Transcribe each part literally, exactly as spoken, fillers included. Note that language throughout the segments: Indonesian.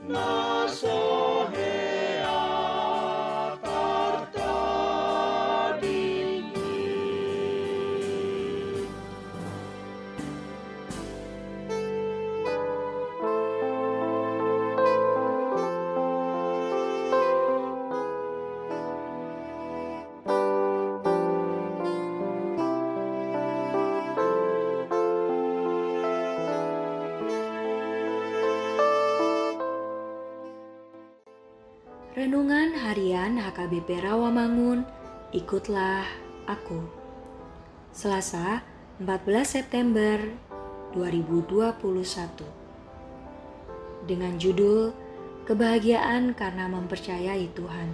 Nasohea tartadingi. Renungan Harian H K B P Rawamangun, ikutlah aku. Selasa, empat belas September dua ribu dua puluh satu. Dengan judul Kebahagiaan karena Mempercayai Tuhan.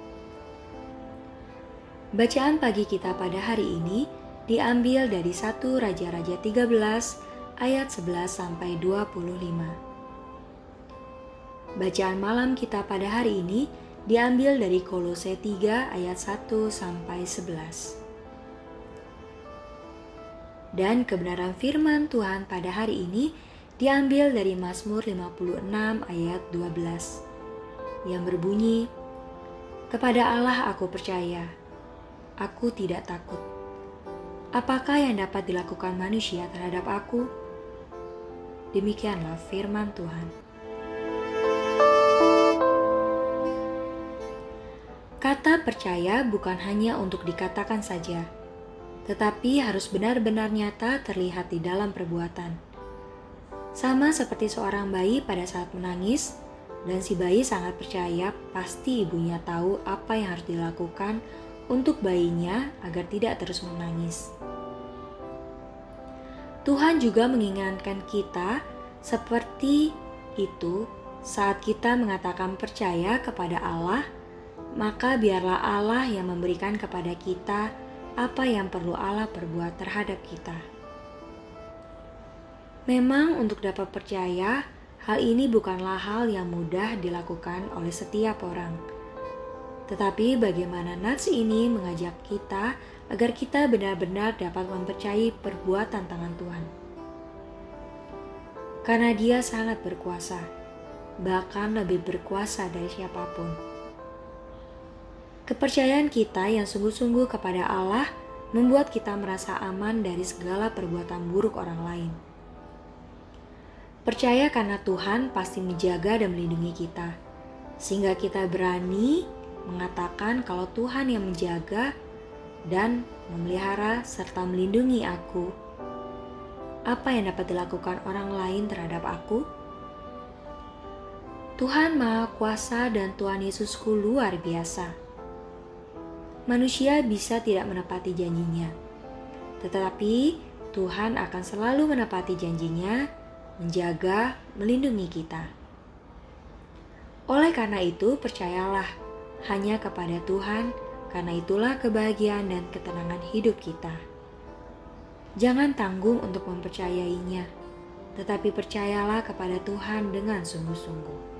Bacaan pagi kita pada hari ini diambil dari satu Raja-Raja tiga belas ayat sebelas sampai dua puluh lima. Bacaan malam kita pada hari ini diambil dari Kolose tiga ayat satu sampai sebelas. Dan kebenaran firman Tuhan pada hari ini diambil dari Mazmur lima puluh enam ayat dua belas yang berbunyi, "Kepada Allah aku percaya, aku tidak takut. Apakah yang dapat dilakukan manusia terhadap aku?" Demikianlah firman Tuhan. Kata percaya bukan hanya untuk dikatakan saja, tetapi harus benar-benar nyata terlihat di dalam perbuatan. Sama seperti seorang bayi pada saat menangis, dan si bayi sangat percaya pasti ibunya tahu apa yang harus dilakukan untuk bayinya agar tidak terus menangis. Tuhan juga mengingatkan kita seperti itu saat kita mengatakan percaya kepada Allah. Maka biarlah Allah yang memberikan kepada kita apa yang perlu Allah perbuat terhadap kita. Memang untuk dapat percaya, hal ini bukanlah hal yang mudah dilakukan oleh setiap orang. Tetapi bagaimana nats ini mengajak kita agar kita benar-benar dapat mempercayai perbuatan tangan Tuhan. Karena Dia sangat berkuasa, bahkan lebih berkuasa dari siapapun. Kepercayaan kita yang sungguh-sungguh kepada Allah membuat kita merasa aman dari segala perbuatan buruk orang lain. Percaya karena Tuhan pasti menjaga dan melindungi kita, sehingga kita berani mengatakan kalau Tuhan yang menjaga dan memelihara serta melindungi aku. Apa yang dapat dilakukan orang lain terhadap aku? Tuhan Maha Kuasa dan Tuhan Yesusku luar biasa. Manusia bisa tidak menepati janjinya, tetapi Tuhan akan selalu menepati janjinya, menjaga, melindungi kita. Oleh karena itu, percayalah hanya kepada Tuhan, karena itulah kebahagiaan dan ketenangan hidup kita. Jangan tanggung untuk mempercayainya, tetapi percayalah kepada Tuhan dengan sungguh-sungguh.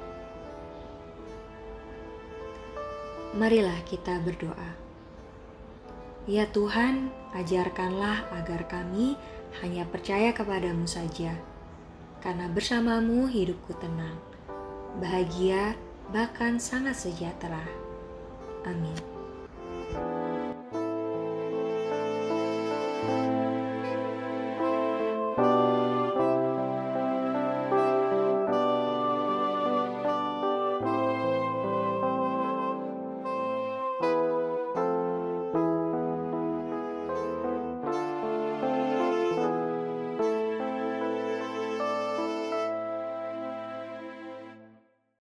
Marilah kita berdoa. Ya Tuhan, ajarkanlah agar kami hanya percaya kepadamu saja, karena bersamamu hidupku tenang, bahagia, bahkan sangat sejahtera. Amin.